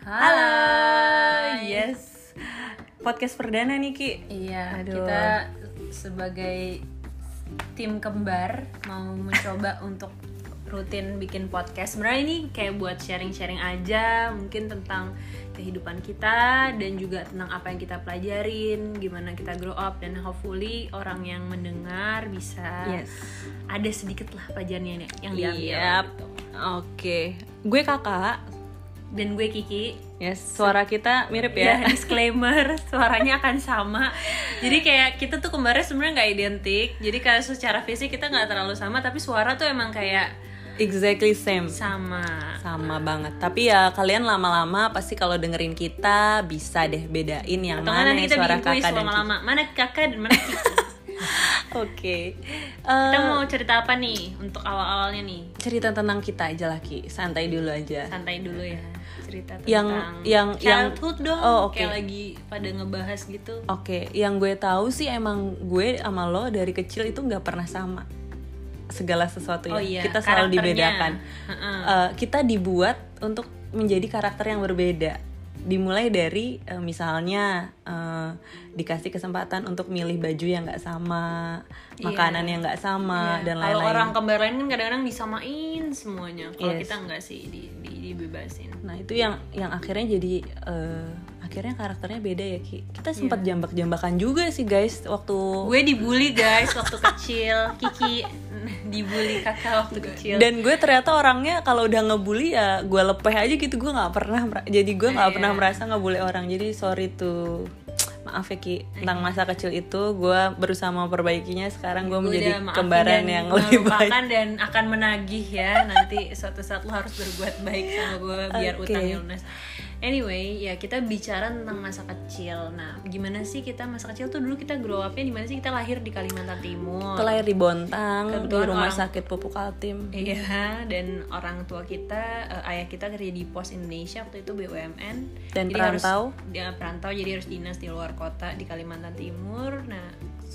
Halo, yes. Podcast perdana nih Ki. Iya, Aduh. kita sebagai tim kembar mau mencoba untuk rutin bikin podcast. Sebenarnya ini kayak buat sharing-sharing aja, mungkin tentang kehidupan kita dan juga tentang apa yang kita pelajarin, gimana kita grow up, dan hopefully orang yang mendengar bisa ada sedikit lah pelajarannya yang diambil. Gitu. Oke. Gue Kakak. Dan gue Kiki. Yes, suara kita mirip ya. Disclaimer, suaranya akan sama. Jadi kayak kita tuh kembarnya sebenarnya nggak identik. Jadi kayak secara fisik kita nggak terlalu sama, tapi suara tuh emang kayak exactly same. Sama banget. Tapi ya kalian lama-lama pasti kalau dengerin kita bisa deh bedain yang atau mana nanti kita suara bikin kuis Kakak dan lama-lama. Mana Kakak dan mana Kiki? Oke. Kita mau cerita apa nih untuk awal-awalnya nih? Cerita tentang kita aja lah Ki. Santai dulu aja. Santai dulu ya. Cerita Yang tentang childhood dong. Oh, okay. Kayak lagi pada ngebahas gitu. Oke, yang gue tahu sih emang gue sama lo dari kecil itu nggak pernah sama segala sesuatu ya. Iya, Kita selalu dibedakan. Uh-uh. Kita dibuat untuk menjadi karakter yang berbeda. Dimulai dari misalnya dikasih kesempatan untuk milih baju yang nggak sama, makanan yang nggak sama, dan lain-lain. Kalau orang kembar lain kan kadang-kadang disamain semuanya. Kalau Yes. kita nggak sih, dibebasin. Nah itu yang akhirnya jadi akhirnya karakternya beda ya Ki. Kita sempat jambak-jambakan juga sih guys waktu Gue dibully guys waktu kecil. Kiki dibully kakak waktu kecil. Dan gue ternyata orangnya kalau udah ngebully ya gue lepeh aja gitu. Gue nggak pernah jadi gue nggak pernah merasa ngebully orang. Jadi sorry tuh, maaf ya Ki tentang masa kecil itu. Gue berusaha memperbaikinya. Sekarang gue menjadi kembaran yang lebih baik dan akan menagih ya. Nanti suatu saat lo harus berbuat baik sama gue biar utangnya lunas. Anyway, ya kita bicara tentang masa kecil. Nah, gimana sih kita masa kecil tuh dulu kita grow up-nya di mana sih? Kita lahir di Kalimantan Timur. Kita lahir di Bontang, di rumah sakit Pupuk Kaltim. Iya, dan orang tua kita, ayah kita kerja di Pos Indonesia waktu itu BUMN. Dan jadi perantau. Jadi harus dinas di luar kota di Kalimantan Timur. Nah,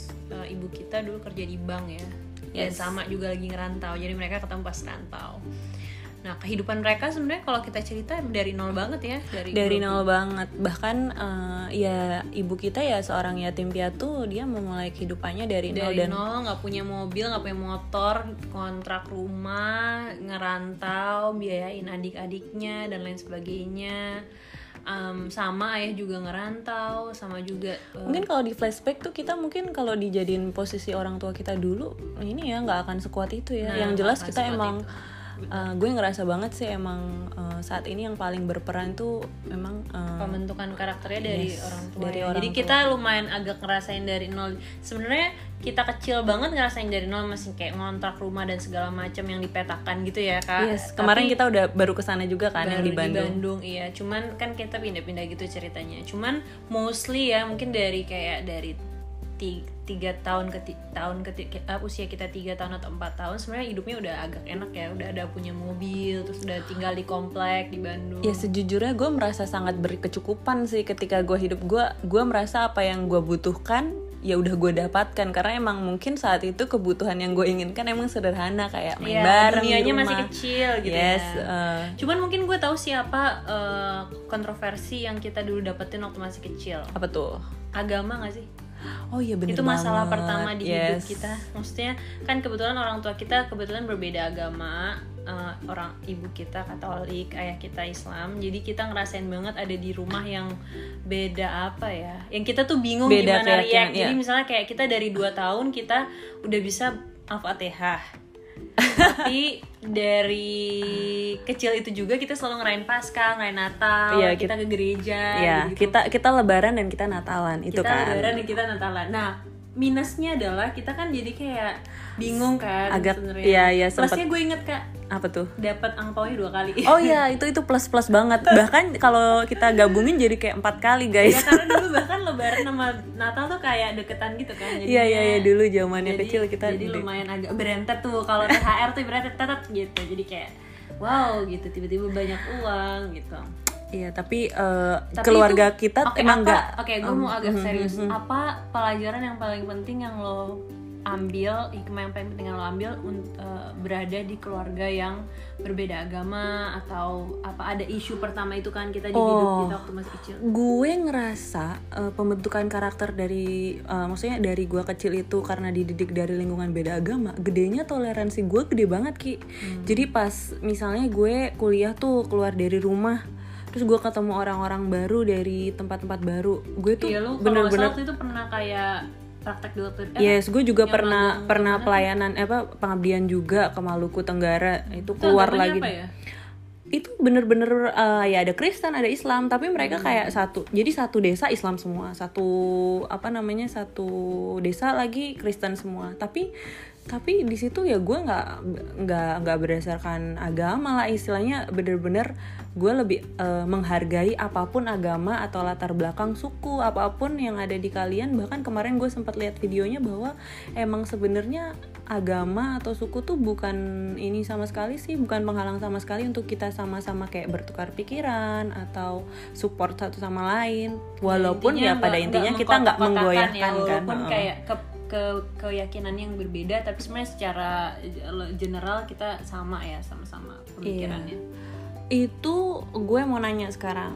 ibu kita dulu kerja di bank ya. Dan sama juga lagi ngerantau. Jadi mereka ketemu pas rantau. Nah, kehidupan mereka sebenarnya kalau kita cerita dari nol banget ya, dari nol banget. Bahkan ya ibu kita ya seorang yatim piatu, dia memulai kehidupannya dari nol, nggak punya mobil, nggak punya motor, kontrak rumah, ngerantau, biayain adik-adiknya dan lain sebagainya. Sama ayah juga ngerantau, sama juga mungkin kalau di flashback tuh kita mungkin kalau dijadiin posisi orang tua kita dulu ini ya nggak akan sekuat itu ya. Yang jelas kita emang gue ngerasa banget sih emang saat ini yang paling berperan tuh memang pembentukan karakternya dari orang tua. Jadi tua. kita lumayan agak ngerasain dari nol. Sebenarnya kita kecil banget ngerasain dari nol, masih kayak ngontrak rumah dan segala macam yang dipetakan gitu ya Kak. Yes, kemarin kita udah baru kesana juga kan yang di Bandung. Di Bandung iya. Cuman kan kita pindah-pindah gitu ceritanya. Cuman mostly ya mungkin dari 3 tahun usia kita 3 tahun atau 4 tahun sebenarnya hidupnya udah agak enak ya, udah ada punya mobil, terus udah tinggal di komplek di Bandung. Ya sejujurnya gue merasa sangat berkecukupan sih ketika gue hidup. Gue merasa apa yang gue butuhkan ya udah gue dapatkan, karena emang mungkin saat itu kebutuhan yang gue inginkan emang sederhana kayak main bareng di rumah. Dunianya masih kecil gitu yes, ya. Cuman mungkin gue tahu siapa kontroversi yang kita dulu dapetin waktu masih kecil. Apa tuh? Agama nggak sih? Oh iya bener itu masalah banget. pertama di hidup kita. Maksudnya kan kebetulan orang tua kita kebetulan berbeda agama. Orang ibu kita Katolik, ayah kita Islam. Jadi kita ngerasain banget ada di rumah yang beda apa ya. Yang kita tuh bingung beda gimana react. Jadi misalnya kayak kita dari 2 tahun kita udah bisa Al-Fatihah. Tapi dari kecil itu juga kita selalu ngerayain Paskah, ngerayain Natal, kita ke gereja gitu. Kita lebaran dan kita Natalan itu kan. Kita lebaran dan kita Natalan. Nah, minusnya adalah kita kan jadi kayak bingung kan agak sebenarnya. Iya, plusnya gue inget Kak. Apa tuh? Dapat angpaunya 2 kali. Oh iya, itu plus banget. Bahkan kalau kita gabungin jadi kayak 4 kali guys. Ya karena dulu bahkan lebaran sama Natal tuh kayak deketan gitu kan. Iya dulu zamannya kecil kita. Jadi lumayan agak berentet tuh. Kalau THR tuh berentet gitu. Jadi kayak wow gitu, tiba-tiba banyak uang gitu. Iya, tapi keluarga kita emang enggak. Oke, gue mau agak serius. Apa pelajaran yang paling penting yang lo ambil, hikmah yang paling penting yang lo ambil berada di keluarga yang berbeda agama, atau apa, ada isu pertama itu kan kita di hidup kita waktu masih kecil? Gue ngerasa pembentukan karakter dari maksudnya dari gue kecil itu karena dididik dari lingkungan beda agama, gedenya toleransi gue gede banget Ki. Jadi pas misalnya gue kuliah tuh keluar dari rumah, terus gue ketemu orang-orang baru dari tempat-tempat baru, gue tuh bener-bener waktu itu pernah kayak praktek dokter. Yes, gue juga pernah pelayanan pengabdian juga ke Maluku Tenggara. Itu keluar lagi. Apa ya? Itu bener-bener ya ada Kristen, ada Islam, tapi mereka kayak satu. Jadi satu desa Islam semua, satu desa lagi Kristen semua. Tapi di situ ya gue nggak berdasarkan agama lah, istilahnya bener-bener gue lebih menghargai apapun agama atau latar belakang suku apapun yang ada di kalian. Bahkan kemarin gue sempat lihat videonya bahwa emang sebenarnya agama atau suku tuh bukan ini sama sekali sih, bukan penghalang sama sekali untuk kita sama-sama kayak bertukar pikiran atau support satu sama lain, walaupun ya pada intinya kita nggak menggoyahkan ya, walaupun kan kayak keyakinan yang berbeda, tapi sebenarnya secara general kita sama ya, sama-sama pemikirannya. Itu gue mau nanya sekarang,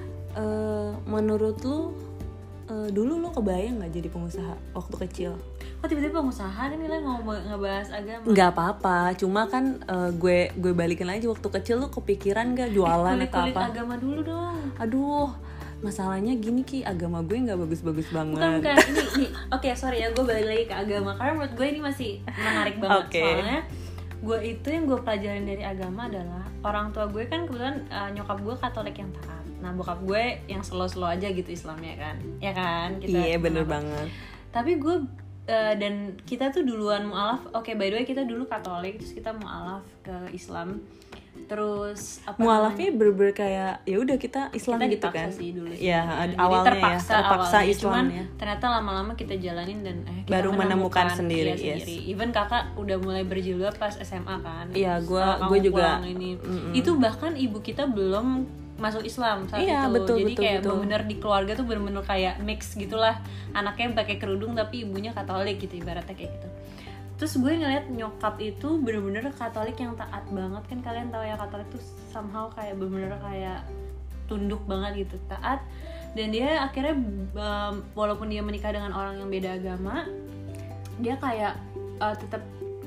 menurut lu dulu lo kebayang nggak jadi pengusaha waktu kecil? Kok tiba-tiba pengusaha kan, kita ngebahas agama? Nggak apa-apa, cuma kan gue balikin aja, waktu kecil lo kepikiran nggak jualan atau apa? Kulit agama dulu dong. Aduh, masalahnya gini Ki, agama gue nggak bagus-bagus banget. Bukan ini oke, sorry ya, gue balik lagi ke agama karena menurut gue ini masih menarik banget. Soalnya gue itu yang gue pelajarin dari agama adalah orang tua gue kan kebetulan nyokap gue Katolik yang taat. Nah bokap gue yang slow aja gitu Islamnya kan, ya kan? Iya bener banget. Tapi gue dan kita tuh duluan mualaf. Oke, by the way kita dulu Katolik, terus kita mualaf ke Islam. Terus apa mualafnya bener-bener kayak ya udah kita Islam kita gitu kan sih dulu sih. Ya awalnya terpaksa Islamnya. Cuman ternyata lama-lama kita jalanin dan kita baru menemukan sendiri. Yes. Even kakak udah mulai berjilbab pas SMA kan. Iya, gue juga ini. Itu bahkan ibu kita belum masuk Islam saat itu. Betul, jadi betul, kayak betul. bener di keluarga tuh bener-bener kayak mix gitulah, anaknya pakai kerudung tapi ibunya Katolik gitu, ibaratnya kayak gitu. Terus gue ngeliat nyokap itu bener-bener Katolik yang taat banget kan, kalian tahu ya Katolik tuh somehow kayak bener-bener kayak tunduk banget gitu, taat. Dan dia akhirnya walaupun dia menikah dengan orang yang beda agama, dia kayak tetap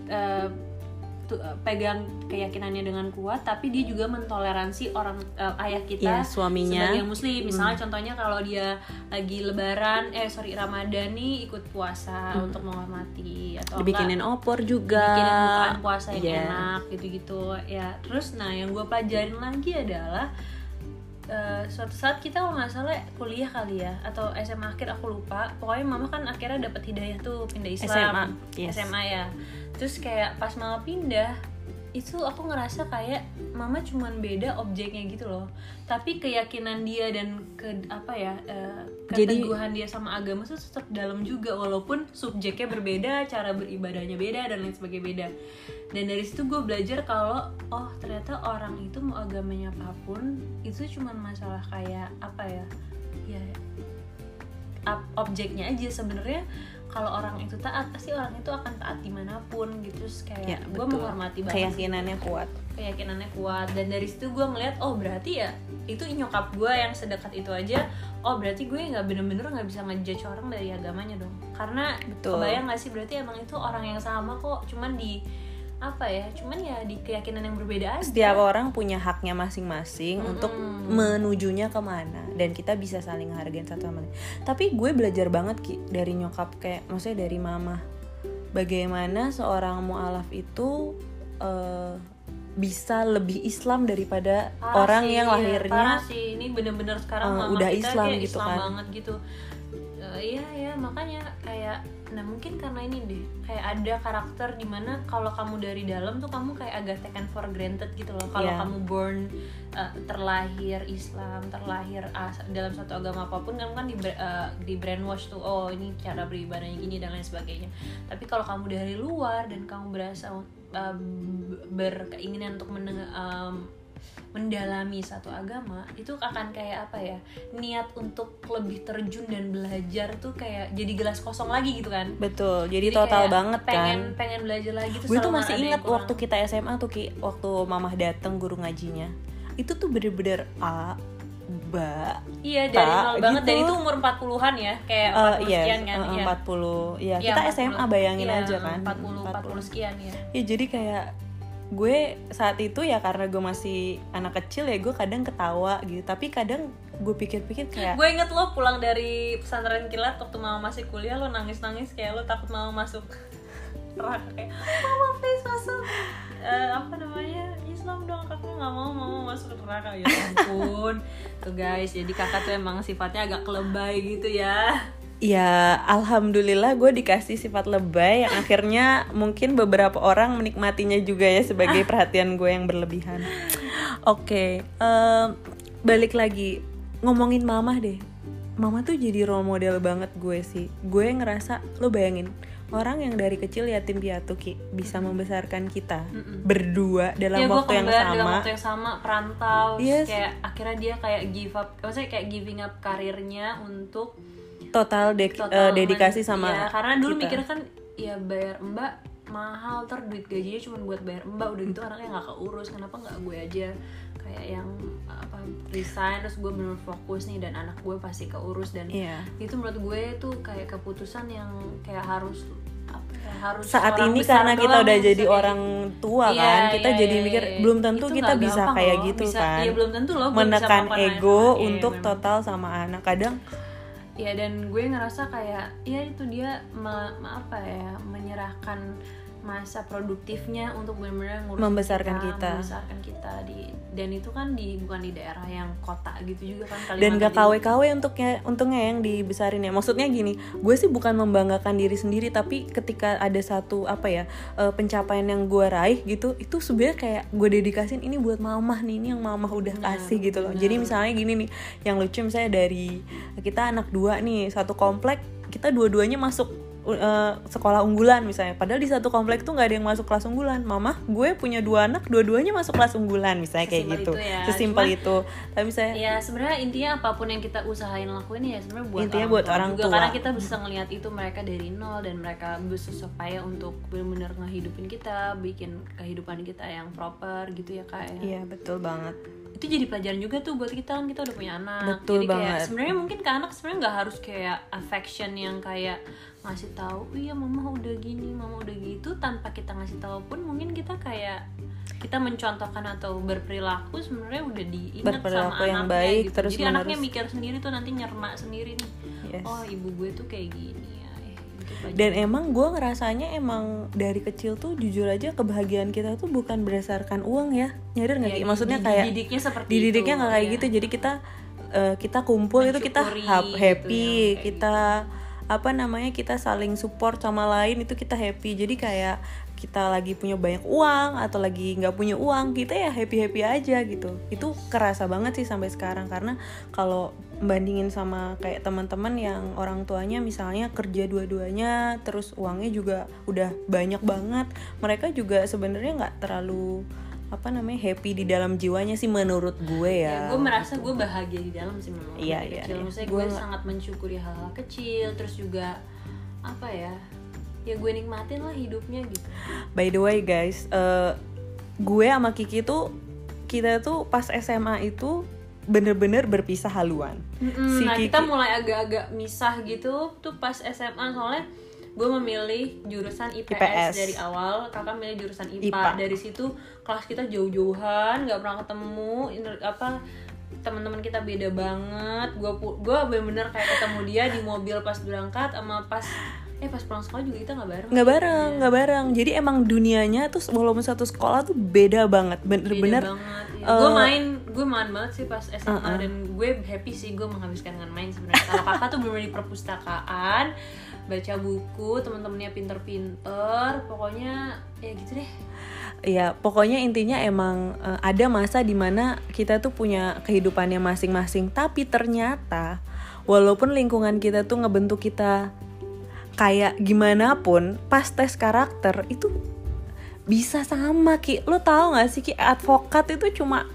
pegang keyakinannya dengan kuat, tapi dia juga mentoleransi orang ayah kita, suaminya sebagai muslim. Misalnya contohnya kalau dia lagi lebaran Ramadan nih ikut puasa untuk menghormati, atau dibikinin opor juga, dibikinin bukaan puasa yang enak gitu-gitu ya. Terus yang gue pelajarin lagi adalah suatu saat kita kalau nggak salah kuliah kali ya atau SMA akhir aku lupa, pokoknya mama kan akhirnya dapat hidayah tuh pindah Islam. SMA ya. Terus kayak pas mama pindah itu aku ngerasa kayak mama cuman beda objeknya gitu loh, tapi keyakinan dia dan keteguhan dia sama agama tuh tetap dalam juga, walaupun subjeknya berbeda, cara beribadahnya beda dan lain sebagainya beda. Dan dari situ gue belajar kalau ternyata orang itu mau agamanya apapun itu cuman masalah kayak objeknya aja. Sebenarnya kalau orang itu taat, pasti orang itu akan taat dimanapun gitu. Terus kayak gue menghormati banget, keyakinannya kuat. Dan dari situ gue ngeliat berarti ya itu nyokap gue yang sedekat itu aja, berarti gue nggak bener-bener nggak bisa ngejudge orang dari agamanya dong. Karena kebayang nggak sih, berarti emang itu orang yang sama kok, cuman di di keyakinan yang berbeda aja. Setiap orang punya haknya masing-masing untuk menujunya kemana, dan kita bisa saling hargain satu sama lain. Tapi gue belajar banget Ki dari nyokap, kayak maksudnya dari mama, bagaimana seorang mualaf itu bisa lebih Islam daripada orang yang lahirnya ini bener-bener sekarang mama udah kita Islam kayak gitu Islam kan banget gitu. Iya makanya kayak mungkin karena ini deh, kayak ada karakter dimana kalau kamu dari dalam tuh kamu kayak agak taken for granted gitu loh. Kalau kamu born terlahir Islam, terlahir dalam satu agama apapun, kamu kan di brainwash tuh, ini cara beribadahnya gini dan lain sebagainya. Tapi kalau kamu dari luar dan kamu berasa berkeinginan untuk mendalami satu agama itu akan kayak apa ya, niat untuk lebih terjun dan belajar tuh kayak jadi gelas kosong lagi gitu kan. Betul, jadi total banget pengen belajar lagi tuh. Gue tuh masih ingat waktu kita SMA tuh Ki, waktu mamah dateng guru ngajinya, itu tuh bener-bener iya dari nol banget, dan itu umur 40-an ya, kayak 40 sekian kan. 40, ya kita 40, SMA bayangin aja kan 40 sekian ya. Ya jadi kayak gue saat itu ya karena gue masih anak kecil ya gue kadang ketawa gitu, tapi kadang gue pikir-pikir kayak gue inget lo pulang dari pesantren kilat waktu mama masih kuliah, lo nangis-nangis kayak lo takut mama masuk neraka, kayak mama please masuk apa namanya Islam dong, kakak nggak mau mama masuk neraka. Ya ampun tuh guys, jadi kakak tuh emang sifatnya agak kelebay gitu ya. Ya alhamdulillah gue dikasih sifat lebay yang akhirnya mungkin beberapa orang menikmatinya juga ya sebagai perhatian gue yang berlebihan. Oke, balik lagi ngomongin mama deh. Mama tuh jadi role model banget gue sih. Gue ngerasa, lo bayangin orang yang dari kecil yatim piatu Ki bisa membesarkan kita berdua dalam waktu yang sama. Dalam waktu yang sama, perantau. Yes. Kayak akhirnya dia kayak give up, maksudnya kayak giving up karirnya untuk total dedikasi sama ya, karena dulu kita. mikir kan ya bayar mbak mahal, ter duit gajinya cuma buat bayar mbak, udah gitu anaknya nggak keurus, kenapa nggak gue aja kayak yang apa resign terus gue bener fokus nih dan anak gue pasti keurus. Dan itu menurut gue tuh kayak keputusan yang kayak harus harus saat ini karena kita udah jadi orang tua kan, kita jadi mikir belum tentu itu kita bisa kayak loh, gitu bisa, kan belum tentu loh menekan ego untuk total sama anak kadang. Ya dan gue ngerasa kayak ya itu dia menyerahkan masa produktifnya untuk benar-benar membesarkan kita dan itu kan bukan di daerah yang kota gitu juga kan, dan gak KW-KW untungnya yang dibesarin ya. Maksudnya gini, gue sih bukan membanggakan diri sendiri, tapi ketika ada satu pencapaian yang gue raih gitu, itu sebenarnya kayak gue dedikasin ini buat mamah nih, ini yang mamah udah kasih gitu loh. Jadi misalnya gini nih, yang lucu misalnya dari kita anak 2 nih, satu komplek kita dua-duanya masuk sekolah unggulan misalnya, padahal di satu komplek tuh nggak ada yang masuk kelas unggulan. Mama gue punya 2 anak, dua-duanya masuk kelas unggulan misalnya, kayak gitu ya. Sesimpel itu. Tapi saya ya sebenarnya intinya apapun yang kita usahain lakuin ya sebenarnya buat orang tua, karena kita bisa ngelihat itu mereka dari nol dan mereka bersusah payah untuk benar-benar ngehidupin kita, bikin kehidupan kita yang proper gitu ya Kak ya. Iya betul banget. Itu jadi pelajaran juga tuh buat kita kan, kita udah punya anak. Betul jadi banget. Kayak sebenarnya mungkin ke anak sebenarnya nggak harus kayak affection yang kayak ngasih tahu iya mama udah gini, mama udah gitu, tanpa kita ngasih tahu pun mungkin kita kayak kita mencontohkan atau berperilaku sebenarnya udah diingat sama yang anaknya baik, gitu. terus jadi anaknya mikir sendiri tuh, nanti nyerna sendiri nih. Yes. Oh ibu gue tuh kayak gini ya. Dan emang gue ngerasanya emang dari kecil tuh jujur aja kebahagiaan kita tuh bukan berdasarkan uang ya, nyadar nggak sih? Maksudnya kayak dididiknya nggak kayak gitu. Jadi kita kumpul itu kita happy gitu ya, kita kita saling support sama lain, itu kita happy. Jadi kayak kita lagi punya banyak uang atau lagi nggak punya uang, kita ya happy aja gitu. Itu kerasa banget sih sampai sekarang, karena kalau bandingin sama kayak teman-teman yang orang tuanya misalnya kerja dua-duanya, terus uangnya juga udah banyak banget, mereka juga sebenarnya nggak terlalu happy di dalam jiwanya sih menurut gue ya. Gue merasa gue bahagia di dalam sih memang. Iya. Maksudnya gue sangat mensyukuri hal-hal kecil, terus juga ya gue nikmatin lah hidupnya gitu. By the way guys, gue sama Kiki tuh kita tuh pas SMA itu bener-bener berpisah haluan. Nah Kiki, kita mulai agak-agak misah gitu tuh pas SMA, soalnya gue memilih jurusan IPS dari awal, kakak milih jurusan IPA. Dari situ kelas kita jauh-jauhan, nggak pernah ketemu, teman-teman kita beda banget. Gue bener-bener kayak ketemu dia di mobil pas berangkat, sama pas pulang sekolah juga kita nggak bareng. Jadi emang dunianya tuh walaupun satu sekolah tuh beda banget, bener-bener. Gue main banget sih pas SMA dan gue happy sih gue menghabiskan dengan main sebenarnya. Kalau kakak tuh bener-bener di perpustakaan, baca buku, teman-temannya pinter-pinter, pokoknya ya gitu deh. Ya pokoknya intinya emang ada masa dimana kita tuh punya kehidupannya masing-masing, tapi ternyata walaupun lingkungan kita tuh ngebentuk kita kayak gimana pun, pas tes karakter itu bisa sama Ki. Lo tau gak sih Ki, advokat itu cuma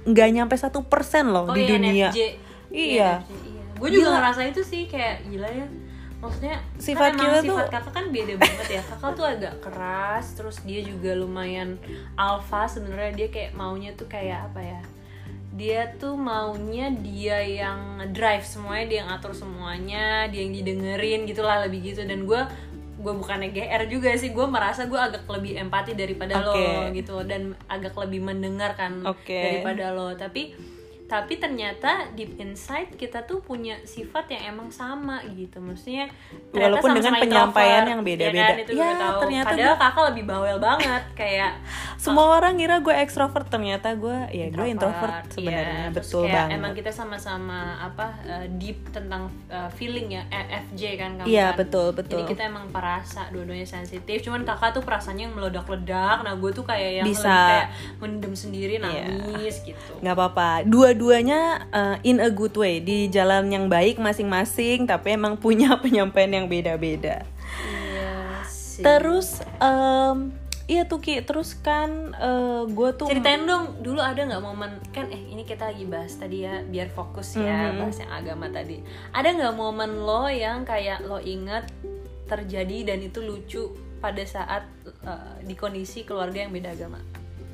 nggak nyampe 1% loh di dunia. NFJ. Iya. Gue juga ngerasa itu sih, kayak gila ya. Maksudnya Sifat kan emang kita tuh- sifat kakak kan beda banget ya. Kakak tuh agak keras, terus dia juga lumayan alpha sebenarnya. Dia kayak maunya tuh kayak apa ya, dia tuh maunya dia yang drive semuanya, dia yang atur semuanya, dia yang didengerin gitulah, lebih gitu. Dan gue bukannya GR juga sih, gue merasa gue agak lebih empati daripada lo gitu, dan agak lebih mendengar kan daripada lo. Tapi ternyata deep inside kita tuh punya sifat yang emang sama gitu. Maksudnya walaupun dengan penyampaian yang beda-beda. Ya, kan? Itu gue tahu. Ternyata padahal kakak lebih bawel banget kayak semua orang ngira gue ekstrovert, ternyata gue gue introvert sebenarnya. Betul kayak banget. emang kita sama-sama deep tentang feeling ya, FJ kan kamu. Iya, kan? betul. Jadi kita emang perasa, dua-duanya sensitif. Cuman kakak tuh perasaannya yang meledak-ledak. Nah gue tuh kayak yang Bisa. lebih kayak mendem sendiri, nangis gitu. Nggak apa-apa, dua-duanya in a good way, di jalan yang baik masing-masing, tapi emang punya penyampaian yang beda-beda. Iya sih. Terus iya tuh Ki, terus kan gue tuh Ceritain dong, dulu ada nggak momen, kan ini kita lagi bahas tadi ya, biar fokus ya, bahas yang agama tadi. Ada nggak momen lo yang kayak lo inget terjadi dan itu lucu pada saat di kondisi keluarga yang beda agama?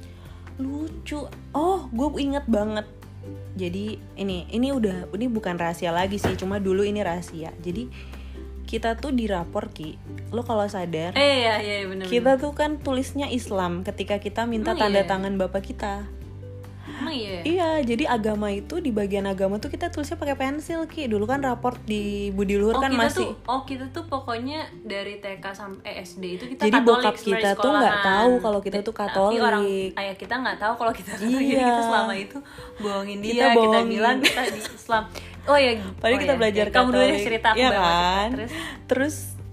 lucu. Gue inget banget. Jadi ini bukan rahasia lagi sih, cuma dulu ini rahasia. Jadi kita tuh di rapor Ki, lo kalau sadar, Iya benar. kita tuh kan tulisnya Islam ketika kita minta tanda tangan bapak kita. Emang iya? Iya, jadi agama itu di bagian agama tuh kita tulisnya pakai pensil Ki. Dulu kan raport di Budi Luhur kan masih. Kita tuh pokoknya dari TK sampai SD itu kita jadi Katolik. bokap kita tuh nggak tahu kalau kita tuh Katolik. Tapi orang ayah kita nggak tahu kalau kita Katolik. Iya. Jadi kita selama itu bohongin dia, Kita kita bohongin. bilang kita di Islam. Padahal kita belajar Kamu dulu Katolik. yang cerita aku Iya banget. kan? Terus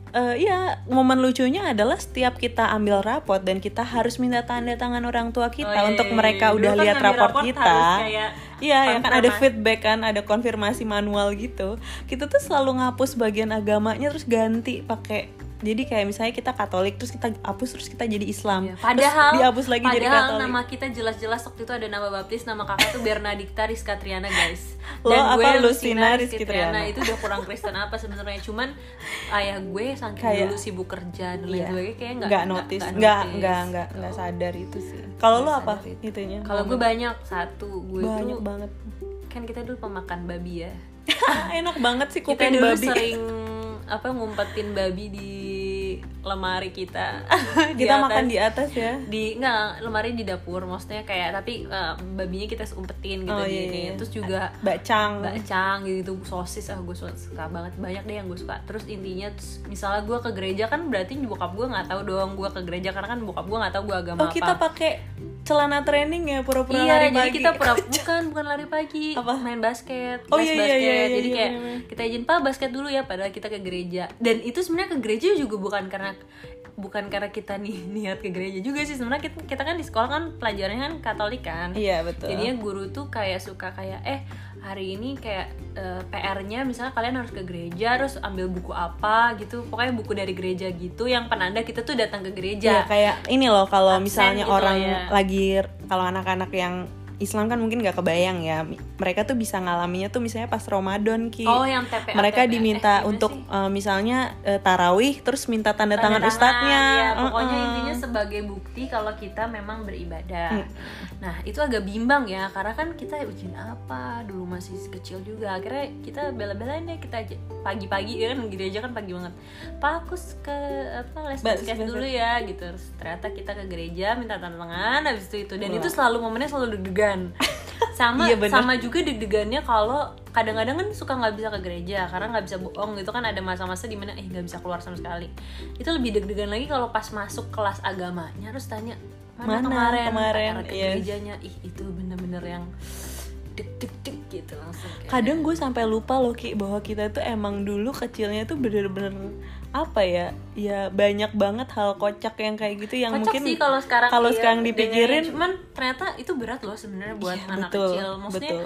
momen lucunya adalah setiap kita ambil raport dan kita harus minta tanda tangan orang tua kita untuk mereka udah Dulu kan lihat ngambil raport raport kita. harus kayak Iya, ya kan ada feedback kan, ada konfirmasi manual gitu. Kita tuh selalu ngapus bagian agamanya terus ganti pakai. Jadi kayak misalnya kita Katolik terus kita hapus terus kita jadi Islam. Iya, padahal terus dihapus lagi jadi Katolik. nama kita jelas-jelas waktu itu ada nama baptis, nama kakak tuh Bernadikta Rizka Triana guys. Lo Dan apa, gue Lucina Lucina Rizky Rizky Triana. Triana. Itu udah kurang Kristen apa sebenarnya. Cuman ayah gue saking Kayak- dulu sibuk kerja dan lain sebagainya kayak nggak notice, nggak sadar itu sih. Kalau lo apa itunya? Kalau gue banyak satu, gue banyak tuh banget. kan kita dulu pemakan babi ya. Enak banget sih Kita kuping dulu babi. sering ngumpetin babi di lemari kita. Kita makan di atas ya. Enggak, lemari di dapur maksudnya kayak, tapi babinya kita umpetin gitu di ini. Terus juga bakcang gitu, sosis gue suka banget, banyak deh yang gue suka. Terus intinya misalnya gue ke gereja kan berarti bokap gue nggak tahu dong gue ke gereja, karena kan bokap gue nggak tahu gue agama apa. Kita pakai celana training ya, pura-pura Iya, lari jadi pagi. kita bukan lari pagi, main basket, Oh, les iya, basket. iya, Jadi iya, kayak bener. kita izin Pak basket dulu ya, padahal kita ke gereja. Dan itu sebenarnya ke gereja juga bukan karena kita niat ke gereja juga sih. Sebenarnya kita kan di sekolah kan pelajarannya kan Katolik kan. Iya, betul. Jadinya guru tuh kayak suka kayak hari ini kayak PR-nya misalnya kalian harus ke gereja, terus ambil buku apa gitu, pokoknya buku dari gereja gitu yang penanda kita tuh datang ke gereja. Iya, kayak ini loh, kalau Absen misalnya gitu orang ya. lagi, kalau anak-anak yang Islam kan mungkin nggak kebayang ya, mereka tuh bisa ngalaminya tuh misalnya pas Ramadan Ki. Yang TPA, mereka TPA. diminta untuk misalnya tarawih terus minta tanda tangan ustadznya. Ya, pokoknya intinya sebagai bukti kalau kita memang beribadah. Nah itu agak bimbang ya, karena kan kita ujian apa dulu masih kecil juga. Akhirnya kita bela-belain deh, kita pagi-pagi ya kan, gereja kan pagi banget. Pak aku ke les basket dulu ya gitu. Terus ternyata kita ke gereja minta tanda tangan, habis itu dan itu selalu momennya selalu deg-degan. Sama Iya, sama juga deg-degannya kalau kadang-kadang kan suka nggak bisa ke gereja karena nggak bisa bohong gitu kan, ada masa-masa dimana nggak bisa keluar sama sekali. Itu lebih deg-degan lagi kalau pas masuk kelas agamanya harus tanya mana kemarin ke gerejanya. Itu bener-bener yang deg-deg gitu langsung kayak. Kadang gue sampai lupa loh Ki, bahwa kita tuh emang dulu kecilnya tuh bener-bener apa ya banyak banget hal kocak yang kayak gitu yang kocak mungkin sih kalau sekarang dipikirin. cuman ternyata itu berat loh sebenarnya buat anak kecil. Maksudnya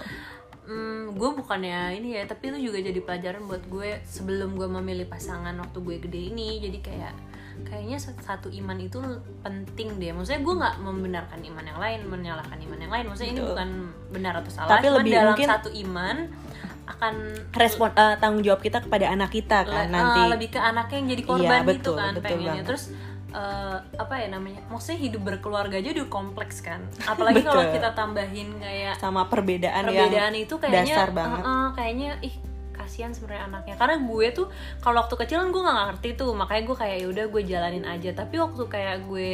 gue bukannya ini ya, tapi itu juga jadi pelajaran buat gue sebelum gue memilih pasangan waktu gue gede ini. Jadi kayak kayaknya satu iman itu penting deh. Maksudnya gue nggak membenarkan iman yang lain, menyalahkan iman yang lain. Maksudnya ini bukan benar atau salah. Tapi lebih dalam mungkin satu iman akan respon tanggung jawab kita kepada anak kita kan nanti. Lebih ke anaknya yang jadi korban betul, gitu kan betul pengennya. banget. Terus apa ya namanya? Maksudnya hidup berkeluarga aja udah kompleks kan. Apalagi kalau kita tambahin kayak sama perbedaan yang itu kayaknya dasar banget. Kayaknya kasihan sebenarnya anaknya. Karena gue tuh kalau waktu kecil kan gue nggak ngerti tuh, makanya gue kayak yaudah gue jalanin aja. Tapi waktu kayak gue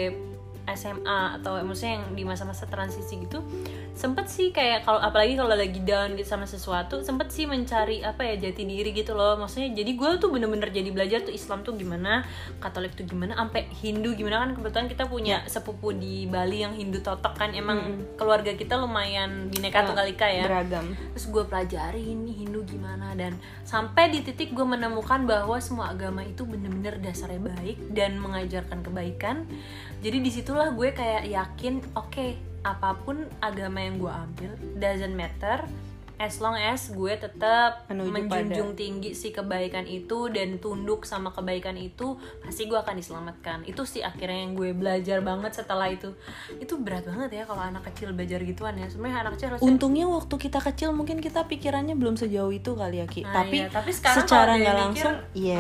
SMA atau maksudnya yang di masa-masa transisi gitu, sempet sih kayak kalau apalagi kalau lagi down gitu sama sesuatu, sempet sih mencari apa ya jati diri gitu loh. Maksudnya jadi gue tuh bener-bener jadi belajar tuh Islam tuh gimana, Katolik tuh gimana, sampai Hindu gimana. Kan kebetulan kita punya sepupu di Bali yang Hindu totok kan, emang keluarga kita lumayan bineka tunggal ika ya, beragam. Terus gue pelajari ini Hindu gimana, dan sampai di titik gue menemukan bahwa semua agama itu bener-bener dasarnya baik dan mengajarkan kebaikan. Jadi disitulah gue kayak yakin, oke, apapun agama yang gue ambil doesn't matter as long as gue tetap menjunjung tinggi si kebaikan itu dan tunduk sama kebaikan itu, pasti gue akan diselamatkan. Itu sih akhirnya yang gue belajar banget setelah itu. Itu berat banget ya kalau anak kecil belajar gituan ya. Sebenarnya anak kecil harusnya, untungnya waktu kita kecil mungkin kita pikirannya belum sejauh itu kali ya Ki. Tapi secara nggak langsung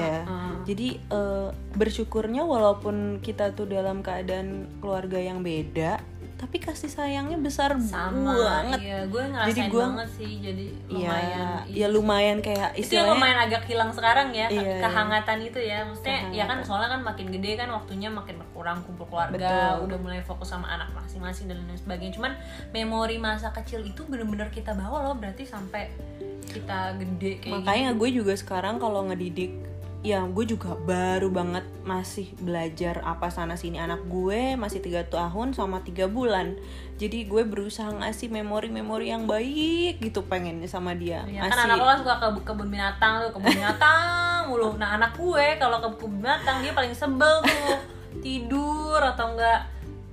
jadi bersyukurnya walaupun kita tuh dalam keadaan keluarga yang beda, tapi kasih sayangnya besar banget. Iya, gue ngerasain banget sih. Jadi lumayan. Ya lumayan kayak istilahnya. Itu yang lumayan agak hilang sekarang ya, kehangatan itu ya. Maksudnya ya kan soalnya kan makin gede kan waktunya makin berkurang kumpul keluarga, udah mulai fokus sama anak masing-masing dan lain sebagainya. Cuman memori masa kecil itu bener-bener kita bawa loh, berarti sampai kita gede kayak makanya gitu. Gue juga sekarang kalau ngedidik, ya gue juga baru banget masih belajar apa sana sini. Anak gue masih 3 tahun sama 3 bulan. Jadi gue berusaha ngasih memori-memori yang baik gitu pengennya sama dia. Ya, kan anak lo kan suka ke kebun binatang tuh, kebun binatang mulu. Nah anak gue kalau ke kebun binatang dia paling sebel tuh tidur atau enggak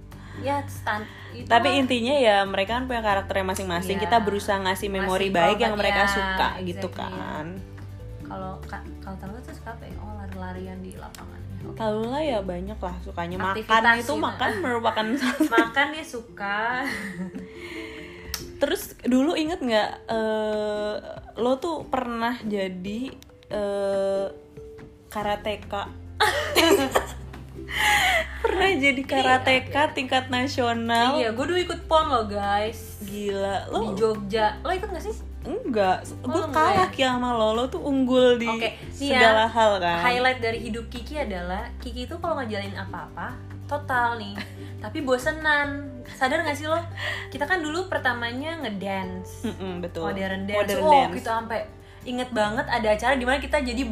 ya itu. Tapi intinya ya mereka kan punya karakternya masing-masing. Kita berusaha ngasih memori baik yang mereka suka gitu kan. Kalau Talula tuh suka apa ya? Oh, lari-larian di lapangan. Okay. Talula ya banyak lah sukanya aktivitas makan itu makan merupakan makan dia suka. Terus dulu inget nggak lo tuh pernah jadi karateka? Pernah jadi karateka tingkat nasional. Iya, gue dulu ikut PON lo guys. Gila, lo di Jogja. Lo ikut nggak sih? Enggak, gue kalah ya sama lo tuh unggul di segala hal kan. Highlight dari hidup Kiki adalah Kiki tuh kalau ngejalanin apa-apa total nih, tapi bosenan. Sadar gak sih lo? Kita kan dulu pertamanya ngedance, betul. Modern dance. Kita sampai inget banget ada acara di mana kita jadi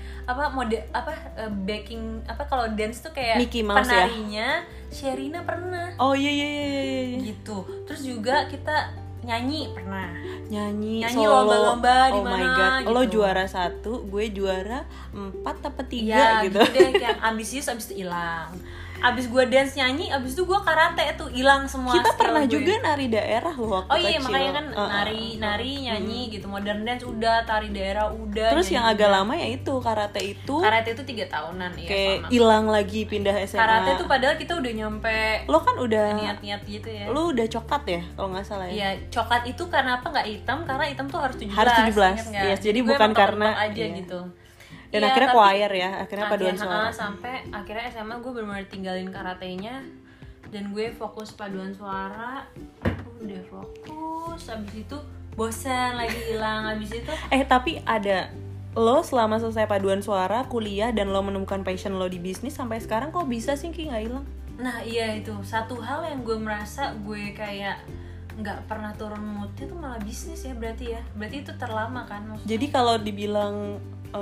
backing kalau dance tuh kayak Mickey Mouse penarinya Sherina pernah. Oh iya. Gitu. Terus juga kita nyanyi solo. lomba-lomba di mana. Oh my god, gitu. Lo juara 1, gue juara 4 apa 3 ya, gitu. Deh, yang ambisius abis itu hilang. Abis gue dance nyanyi, abis itu gue karate tuh hilang semua. Kita pernah juga nari daerah loh waktu kecil. Oh iya, makanya kan nari nyanyi gitu. Modern dance udah, tari daerah udah. Terus yang agak lama ya itu karate itu 3 tahunan ya. Kayak hilang lagi pindah SMA. Karate tuh padahal kita udah nyampe. Lo kan udah niat-niat gitu ya. Lo udah coklat ya kalau nggak salah ya. Iya, coklat itu karena apa nggak hitam? Karena hitam tuh harus 17. Harus 17. Yes, jadi bukan karena aja gitu. Dan akhirnya choir ya, akhirnya paduan suara. Sampai akhirnya SMA gue benar-benar tinggalin karatenya dan gue fokus paduan suara. Udah fokus, habis itu bosan lagi hilang, habis itu. Tapi ada lo selama selesai paduan suara, kuliah dan lo menemukan passion lo di bisnis sampai sekarang kok bisa sih Ki nggak hilang? Nah iya itu satu hal yang gue merasa gue kayak nggak pernah turun moodnya tuh malah bisnis ya berarti itu terlama kan maksudnya. Jadi kalau dibilang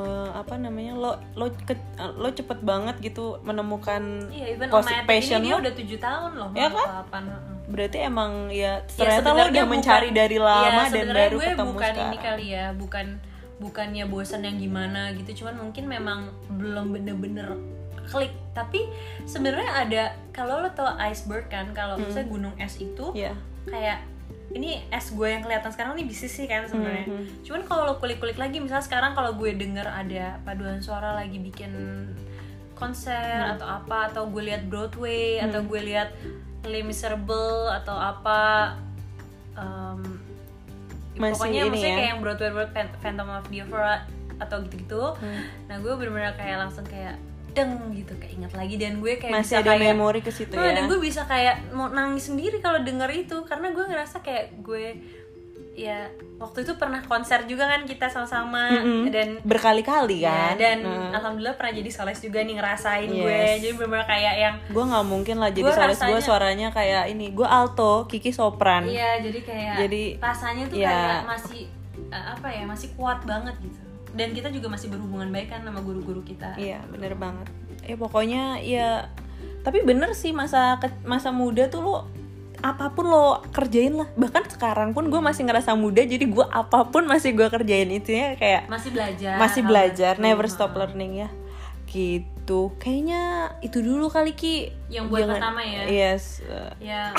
lo cepet banget gitu menemukan passion lo. Dia udah 7 tahun loh ya kan? Berarti emang ya ternyata lo udah mencari dari lama dan baru gue ketemu bukan sekarang. Ini kali ya bukannya bosan yang gimana gitu, cuman mungkin memang belum bener-bener klik. Tapi sebenarnya ada, kalau lo tau iceberg kan, kalau misalnya gunung es itu kayak ini es gue yang kelihatan sekarang nih bisnis sih kan sebenarnya. Cuman kalau lo kulik-kulik lagi, misalnya sekarang kalau gue denger ada paduan suara lagi bikin konser atau apa, atau gue lihat Broadway atau gue lihat Les Miserables atau apa, pokoknya maksudnya kayak yang Broadway, Phantom of the Opera atau gitu-gitu. Nah gue bener-bener kayak langsung kayak deng gitu, kayak ingat lagi, dan gue kayak masih bisa ada kayak memori ke situ ya. Dan gue bisa kayak mau nangis sendiri kalau denger itu, karena gue ngerasa kayak gue ya waktu itu pernah konser juga kan kita sama-sama, dan berkali-kali kan. Ya, dan alhamdulillah pernah jadi soles juga nih, ngerasain gue. Jadi bener-bener kayak yang gue nggak mungkin lah jadi soles, gue suaranya kayak ini, gue alto, Kiki sopran. Iya, jadi kayak rasanya tuh kayak masih apa ya, masih kuat banget gitu. Dan kita juga masih berhubungan baik kan sama guru-guru kita. Iya, bener banget. Pokoknya ya, tapi bener sih masa muda tuh lo apapun lo kerjain lah. Bahkan sekarang pun gue masih ngerasa muda, jadi gue apapun masih gue kerjain. Itunya kayak masih belajar, never stop learning ya gitu. Kayaknya itu dulu kali Ki yang buat pertama ya. Yes. Ya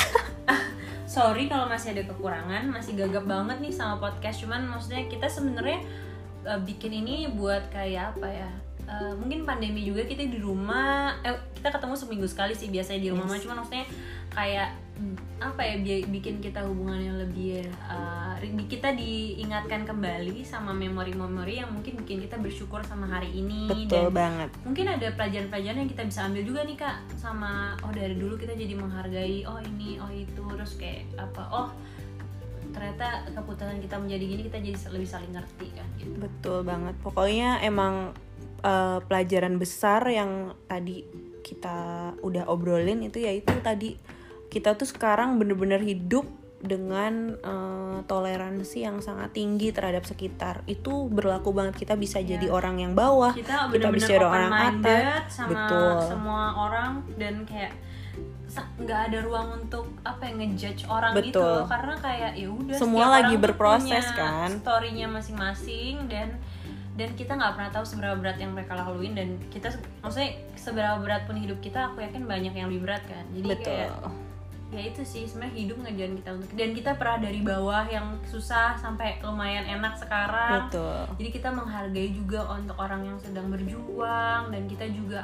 sorry kalau masih ada kekurangan, masih gagap banget nih sama podcast. Cuman maksudnya kita sebenarnya bikin ini buat kayak apa ya, mungkin pandemi juga kita di rumah, kita ketemu seminggu sekali sih biasanya di rumah. Cuman maksudnya kayak apa ya, bikin kita hubungannya lebih kita diingatkan kembali sama memori-memori yang mungkin bikin kita bersyukur sama hari ini. Betul banget. Mungkin ada pelajaran-pelajaran yang kita bisa ambil juga nih Kak, sama dari dulu kita jadi menghargai ini, itu, terus kayak apa, ternyata keputusan kita menjadi gini, kita jadi lebih saling ngerti kan gitu. Betul banget. Pokoknya emang pelajaran besar yang tadi kita udah obrolin itu, yaitu tadi kita tuh sekarang bener-bener hidup dengan toleransi yang sangat tinggi terhadap sekitar. Itu berlaku banget, kita bisa jadi orang yang bawah, kita bisa jadi orang atas sama semua orang, dan kayak nggak ada ruang untuk ngejudge orang. Betul. Gitu loh, karena kayak ya udah semua lagi berproses kan, story-nya masing-masing, dan kita nggak pernah tahu seberapa berat yang mereka laluin, dan kita maksudnya seberapa berat pun hidup kita, aku yakin banyak yang lebih berat kan. Jadi kayak ya itu sih sebenarnya hidup ngajarin kita untuk, dan kita pernah dari bawah yang susah sampai lumayan enak sekarang. Betul. Jadi kita menghargai juga untuk orang yang sedang berjuang, dan kita juga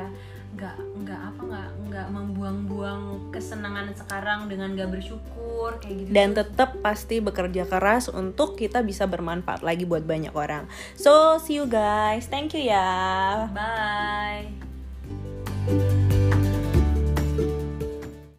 nggak membuang-buang kesenangan sekarang dengan nggak bersyukur kayak gitu. Dan tetap pasti bekerja keras untuk kita bisa bermanfaat lagi buat banyak orang. So see you guys, thank you ya, bye.